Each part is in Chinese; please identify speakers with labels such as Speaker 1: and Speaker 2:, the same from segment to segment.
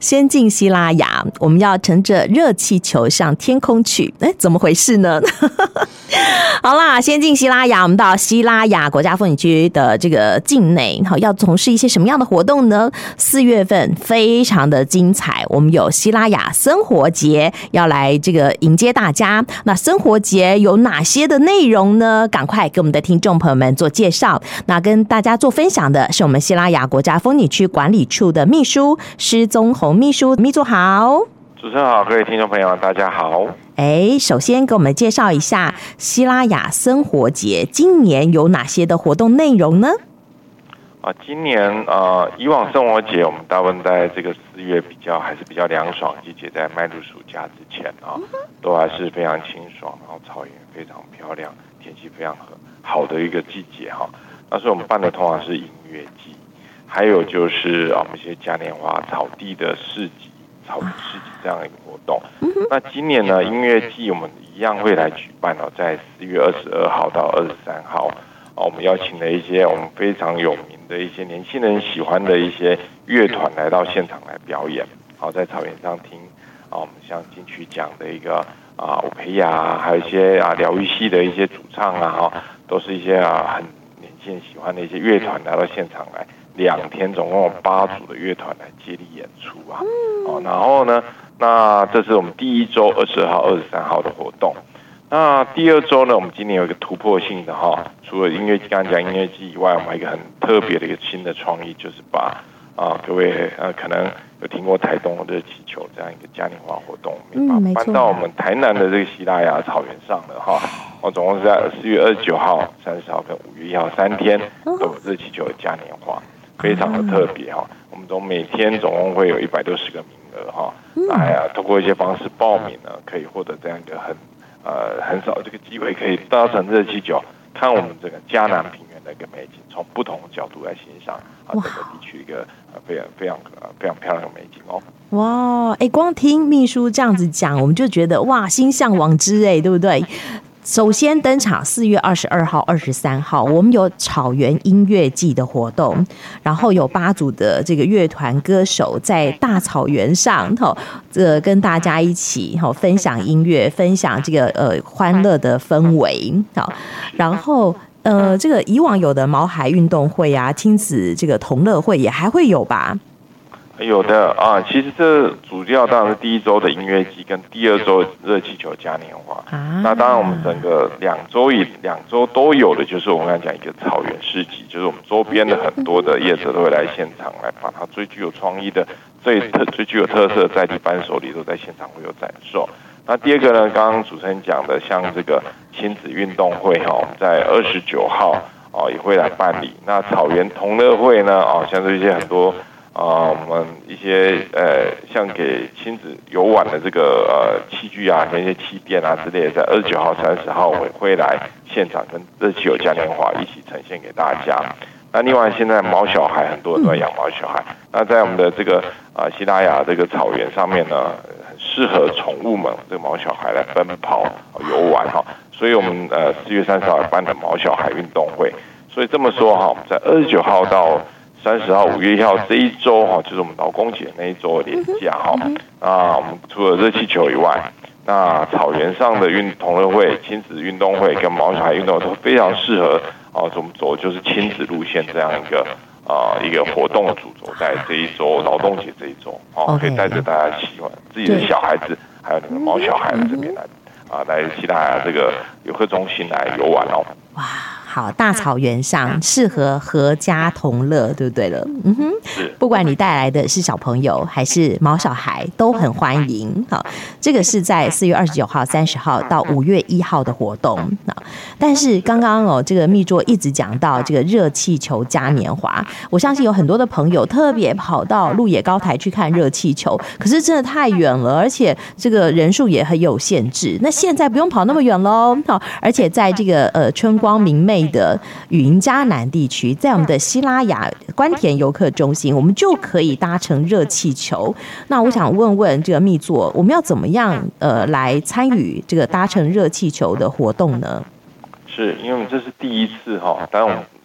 Speaker 1: 先进希拉雅，我们要乘着热气球上天空去，怎么回事呢？好啦，先进希拉雅，我们到希拉雅国家风景区的这个境内，要从事一些什么样的活动呢？4月份非常的精彩，我们有希拉雅生活节要来这个迎接大家。那生活节有哪些的内容呢？赶快给我们的听众朋友们做介绍。那跟大家做分享的是我们希拉雅国家风景区管理处的秘书施宗宏秘书，秘书好。
Speaker 2: 主持人好，各位听众朋友大家好。
Speaker 1: 首先给我们介绍一下希拉雅生活节今年有哪些的活动内容呢？
Speaker 2: 今年以往生活节我们大部分在这个4月还是比较凉爽季节，在迈入暑假之前都还是非常清爽，然后草原非常漂亮，天气非常好的一个季节那所以我们办的通常是音乐季，还有就是我们一些嘉年华、草地的市集、草原市集这样的一个活动。那今年呢，音乐季我们一样会来举办在4月22号到23号。我们邀请了一些我们非常有名的一些年轻人喜欢的一些乐团来到现场来表演。在草原上听我们像金曲奖的一个伍培雅，还有一些疗愈系的一些主唱都是一些很年轻人喜欢的一些乐团来到现场来，2天总共有8组的乐团来接力演出然后呢，那这是我们第一周22号、23号的活动。那第二周呢，我们今年有一个突破性的除了音乐季，刚刚讲音乐季以外，我们还有一个很特别的一个新的创意，就是把各位可能有听过台东热气球这样一个嘉年华活动，把它搬到我们台南的这个希拉雅草原上了我总共是在4月29号、30号跟5月1号3天都有热气球的嘉年华，非常的特别我们每天总共会有160个名额来通过一些方式报名呢，可以获得这样一个很少这个机会，可以搭乘热气球看我们这个嘉南平原的一个美景，从不同的角度来欣赏整个地区一个非常漂亮的美景
Speaker 1: 哇，光听秘书这样子讲，我们就觉得哇，心向往之对不对？首先登场4月22号、23号，我们有草原音乐季的活动，然后有8组的这个乐团歌手在大草原上，跟大家一起分享音乐，分享这个欢乐的氛围。然后这个以往有的毛孩运动会亲子这个同乐会也还会有吧？
Speaker 2: 有的其实这主要当然是第一周的音乐季跟第二周热气球嘉年华那当然我们整个2周都有的，就是我们刚才讲一个草原市集，就是我们周边的很多的业者都会来现场来把它最具有创意的、最具有特色的在地伴手礼都在现场会有展售。那第二个呢，刚刚主持人讲的像这个亲子运动会我们在29号也会来办理。那草原同乐会呢像这些很多我们一些像给亲子游玩的这个器具那些气垫之类的，在29号、30号我会来现场跟热气球嘉年华一起呈现给大家。那另外现在毛小孩很多人都在养毛小孩，那在我们的这个希拉雅这个草原上面呢，很适合宠物们这个毛小孩来奔跑游玩所以我们4月30号办的毛小孩运动会。所以这么说在29号到30号、5月1号这一周就是我们劳工节那一周的连假那我们除了热气球以外，那草原上的同乐会、亲子运动会跟毛小孩运动会都非常适合我们走就是亲子路线这样一个活动的主轴，在这一周劳动节这一周可以带着大家喜欢自己的小孩子还有你们毛小孩这边来希拉雅这个游客中心来游玩
Speaker 1: 哇，好，大草原上适合合家同乐，对不对了？不管你带来的是小朋友还是毛小孩，都很欢迎。好，这个是在4月29号、30号到5月1号的活动。但是刚刚这个秘桌一直讲到这个热气球嘉年华，我相信有很多的朋友特别跑到鹿野高台去看热气球，可是真的太远了，而且这个人数也很有限制。那现在不用跑那么远喽，而且在这个春光明媚的雨营嘉南地区，在我们的希拉雅关田游客中心，我们就可以搭乘热气球。那我想问问这个秘座，我们要怎么样来参与这个搭乘热气球的活动呢？
Speaker 2: 是因为这是第一次当然我们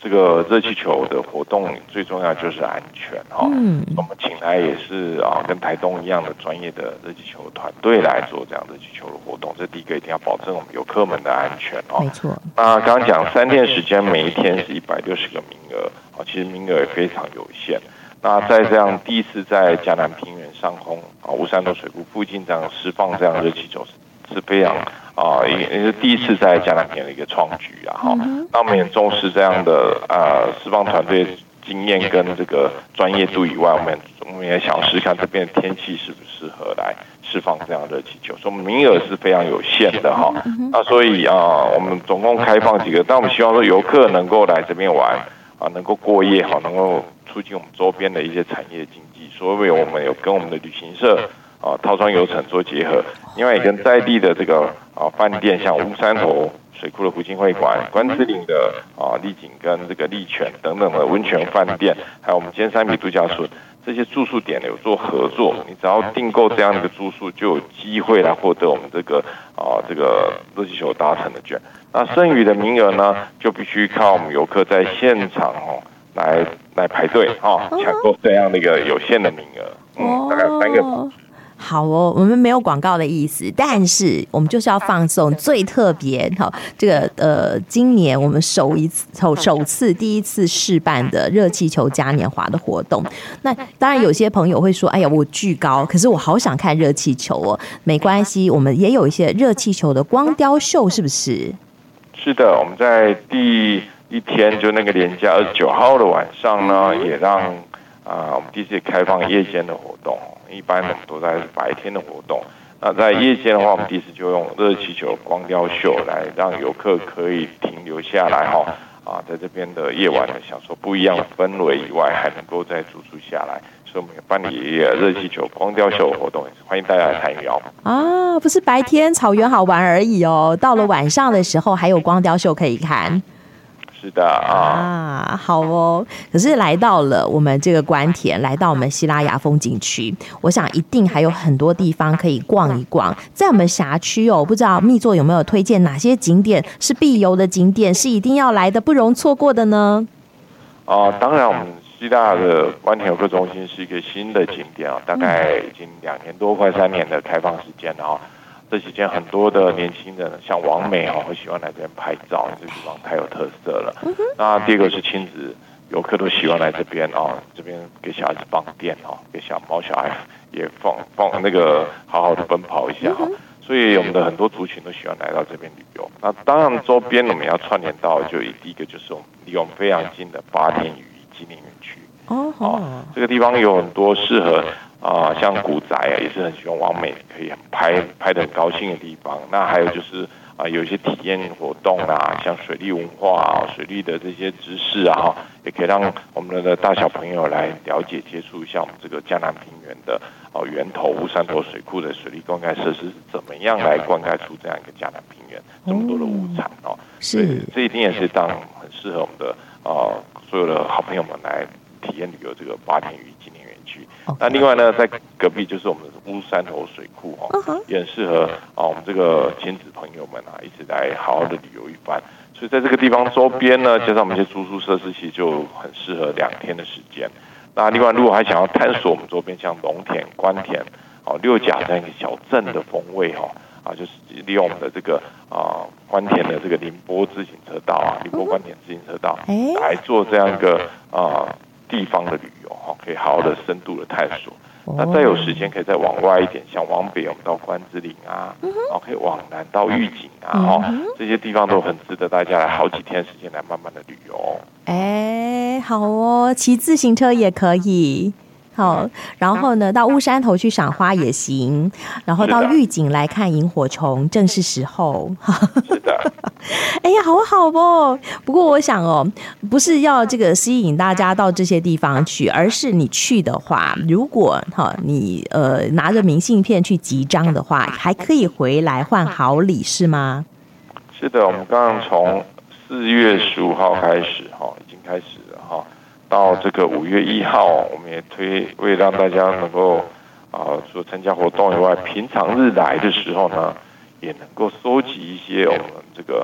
Speaker 2: 这个热气球的活动最重要就是安全哈。我们请来也是跟台东一样的专业的热气球团队来做这样热气球的活动。这第一个一定要保证我们游客们的安全哦。
Speaker 1: 没错。
Speaker 2: 那刚刚讲3天时间，每一天是160个名额其实名额也非常有限。那在这样第一次在嘉南平原上空乌山头水库附近这样释放这样热气球是非常也是第一次在嘉南平原的一个创举啊哈。那我们也重视这样的释放团队经验跟这个专业度以外，我们也想试看这边的天气适不适合来释放这样的热气球，所以我们名额是非常有限的哈。那所以我们总共开放几个，但我们希望说游客能够来这边玩能够过夜能够促进我们周边的一些产业经济，所以我们有跟我们的旅行社套装游程做结合，另外也跟在地的这个饭店，像乌山头水库的湖景会馆、关子岭的丽景跟这个丽泉等等的温泉饭店，还有我们尖山皮度假村这些住宿点有做合作。你只要订购这样的一个住宿，就有机会来获得我们这个热气球搭乘的券。那剩余的名额呢，就必须靠我们游客在现场来排队抢购这样的一个有限的名额。大概有3个。
Speaker 1: 好哦，我们没有广告的意思，但是我们就是要放送最特别这个今年我们首次第一次试办的热气球嘉年华的活动。那当然有些朋友会说，哎呀，我巨高，可是我好想看热气球哦。没关系，我们也有一些热气球的光雕秀，是不是？是的，我们在第一天就那个连假29号的晚上呢，也让我们第一次开放夜间的活动。一般我们都在白天的活动，那在夜间的话，我们第一次就用热气球光雕秀来让游客可以停留下来在这边的夜晚享受不一样的氛围以外，还能够再住宿下来。所以我们也办理热气球光雕秀的活动，欢迎大家来参与不是白天草原好玩而已哦，到了晚上的时候还有光雕秀可以看。是的好哦。可是来到了我们这个关田，来到我们西拉雅风景区，我想一定还有很多地方可以逛一逛。在我们辖区不知道秘座有没有推荐哪些景点是必游的景点，是一定要来的不容错过的呢？当然我们西拉的关田游客中心是一个新的景点大概已经2年多快3年的开放时间了这期间很多的年轻人像王美会喜欢来这边拍照，这个地方太有特色了。那第二个是亲子游客都喜欢来这边这边给小孩子放电给毛小孩也放那个好好的奔跑一下所以我们的很多族群都喜欢来到这边旅游。那当然周边我们要串联到，就第一个就是我们离我们非常近的八田屿纪念园区这个地方有很多适合像古宅也是很喜欢完美可以拍得很高兴的地方。那还有就是有一些体验活动像水利文化水利的这些知识也可以让我们的大小朋友来了解接触一下我们这个嘉南平原的源头乌山头水库的水利灌溉设施是怎么样来灌溉出这样一个嘉南平原这么多的物产是这一定也是很适合我们的所有的好朋友们来体验旅游这个八田屿纪念园区。那另外呢，在隔壁就是我们的乌山头水库也很适合我们这个亲子朋友们一起来好好的旅游一番。所以在这个地方周边呢，加上我们一些住宿设施，其实就很适合2天的时间。那另外，如果还想要探索我们周边像龙田、关田、六甲这样一个小镇的风味就是利用我们的这个关田的这个宁波自行车道宁波关田自行车道来做这样一个地方的旅游可以好好的深度的探索。那再有时间可以再往外一点，像往北我们到关子岭可以往南到玉井这些地方都很值得大家来好几天时间来慢慢的旅游。好哦，骑自行车也可以。好，然后呢，到乌山头去赏花也行，然后到玉井来看萤火虫，正是时候。是的。哎呀，好好哦。不过我想不是要这个吸引大家到这些地方去，而是你去的话，如果你拿着明信片去集章的话，还可以回来换好礼，是吗？是的，我们刚刚从4月15号开始已经开始了到这个5月1号，我们也为让大家能够除了参加活动以外，平常日来的时候呢，也能够收集一些我们这个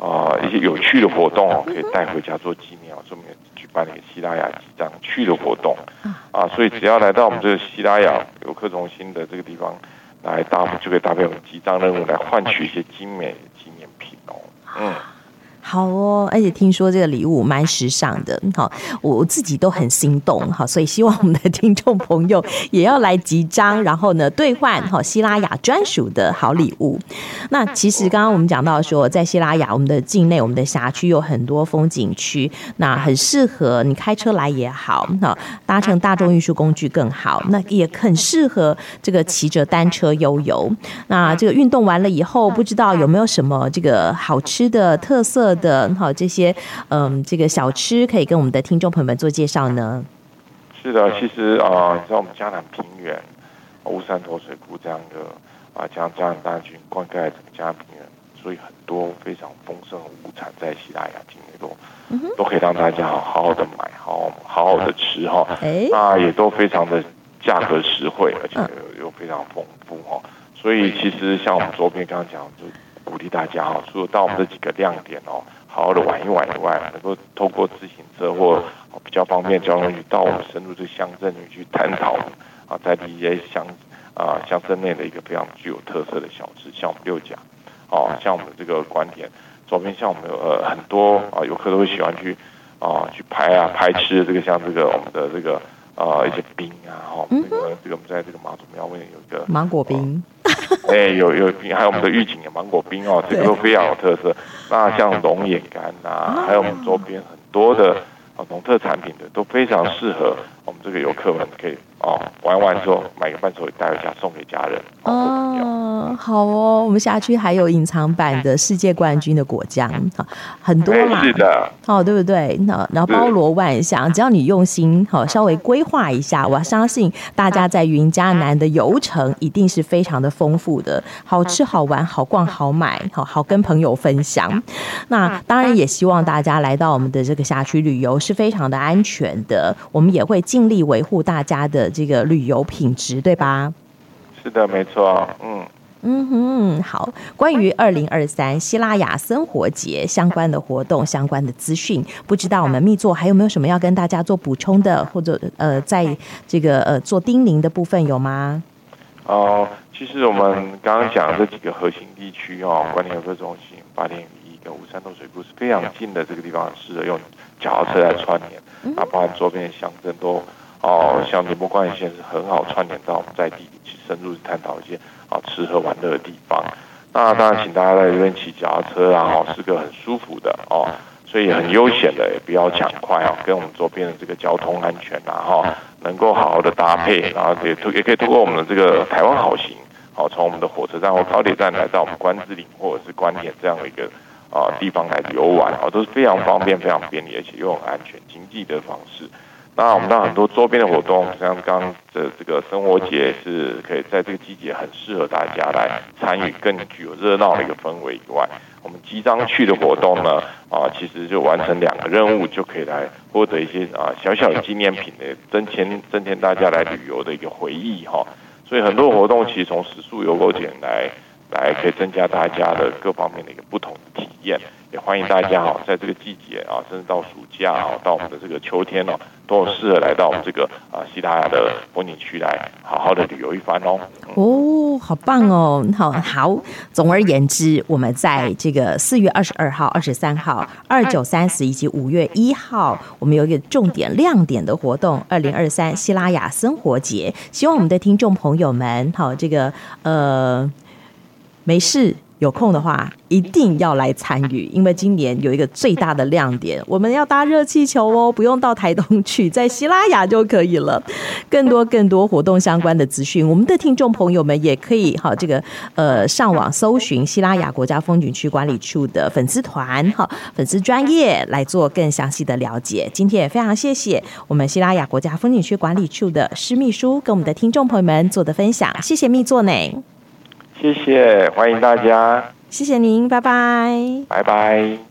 Speaker 2: 一些有趣的活动可以带回家做纪念所以我们举办了一个西拉雅集章去的活动所以只要来到我们这个西拉雅游客中心的这个地方来就可以搭配我们集章任务来换取一些精美的纪念品
Speaker 1: 好哦，而且听说这个礼物蛮时尚的，好，我自己都很心动，好，所以希望我们的听众朋友也要来集章，然后呢兑换西拉雅专属的好礼物。那其实刚刚我们讲到说，在西拉雅我们的境内，我们的辖区有很多风景区，那很适合你开车来也好，搭乘大众运输工具更好，那也很适合这个骑着单车悠游。那这个运动完了以后，不知道有没有什么这个好吃的特色的这些这个小吃可以跟我们的听众朋友们做介绍呢？
Speaker 2: 是的，其实你知道我们嘉南平原、乌山头水库这样的将嘉南大郡灌溉整个嘉南平原，所以很多非常丰盛的物产在西拉雅境内都可以让大家好好的买，好好的吃那也都非常的价格实惠，而且又非常丰富所以其实像我们周边刚刚讲就鼓励大家除了到我们这几个亮点好好的玩一玩以外，能够透过自行车或比较方便交通工具到我们深入这个乡镇里去探讨在地一些乡镇内的一个非常具有特色的小吃，像我们六甲像我们这个观点周边，像我们很多游客都会喜欢去拍吃的这个像这个我们的这个一些冰这个我们在这个马祖庙外面有一个
Speaker 1: 芒果冰
Speaker 2: 有冰，还有我们的玉井的芒果冰这个都非常有特色。那像龙眼干还有我们周边很多的农特产品的都非常适合我们这个游客们可以玩完之后买个伴手礼带回家送给家人
Speaker 1: 好哦，我们辖区还有隐藏版的世界冠军的果酱很多嘛，
Speaker 2: 是的
Speaker 1: 对不对？然后包罗万象，只要你用心稍微规划一下，我相信大家在云嘉南的游程一定是非常的丰富的，好吃好玩好逛好买好跟朋友分享。那当然也希望大家来到我们的这个辖区旅游是非常的安全的，我们也会尽力维护大家的这个旅游品质，对吧？
Speaker 2: 是的，没错
Speaker 1: 好，关于2023西拉雅生活节相关的活动相关的资讯，不知道我们密作还有没有什么要跟大家做补充的，或者在这个做叮咛的部分有吗？
Speaker 2: 其实我们刚刚讲这几个核心地区观点游客中心、8.1跟乌山头水库是非常近的，这个地方很适合用脚踏车来串联包含周边的乡镇都像宁波关野县是很好串联到我们在地去深入探讨一些吃喝玩乐的地方。那当然请大家在这边骑脚踏车是个很舒服的所以很悠闲的，也不要抢快跟我们周边的这个交通安全能够好好的搭配，然后也可以透过我们的这个台湾好行从我们的火车站或高铁站来到我们关子岭或者是关田这样的一个地方来游玩都是非常方便非常便利，而且又很安全经济的方式。那我们到很多周边的活动，像刚刚的这个生活节是可以在这个季节很适合大家来参与，更具有热闹的一个氛围以外，我们集章去的活动呢其实就完成2个任务就可以来获得一些小小的纪念品的增添大家来旅游的一个回忆所以很多活动其实从食宿游购点来可以增加大家的各方面的一个不同的体验，也欢迎大家在这个季节甚至到暑假到我们的这个秋天都有适合来到我们这个西拉雅的风景区来好好的旅游一番
Speaker 1: 好棒好。总而言之，我们在这个4月22号、23号、29、30以及5月1号，我们有一个重点亮点的活动，2023西拉雅生活节。希望我们的听众朋友们这个没事有空的话一定要来参与，因为今年有一个最大的亮点，我们要搭热气球不用到台东去，在西拉雅就可以了。更多活动相关的资讯，我们的听众朋友们也可以这个上网搜寻西拉雅国家风景区管理处的粉丝团粉丝专页来做更详细的了解。今天也非常谢谢我们西拉雅国家风景区管理处的施秘书跟我们的听众朋友们做的分享，谢谢秘作呢。
Speaker 2: 谢谢，欢迎大家。
Speaker 1: 谢谢您，拜拜。
Speaker 2: 拜拜。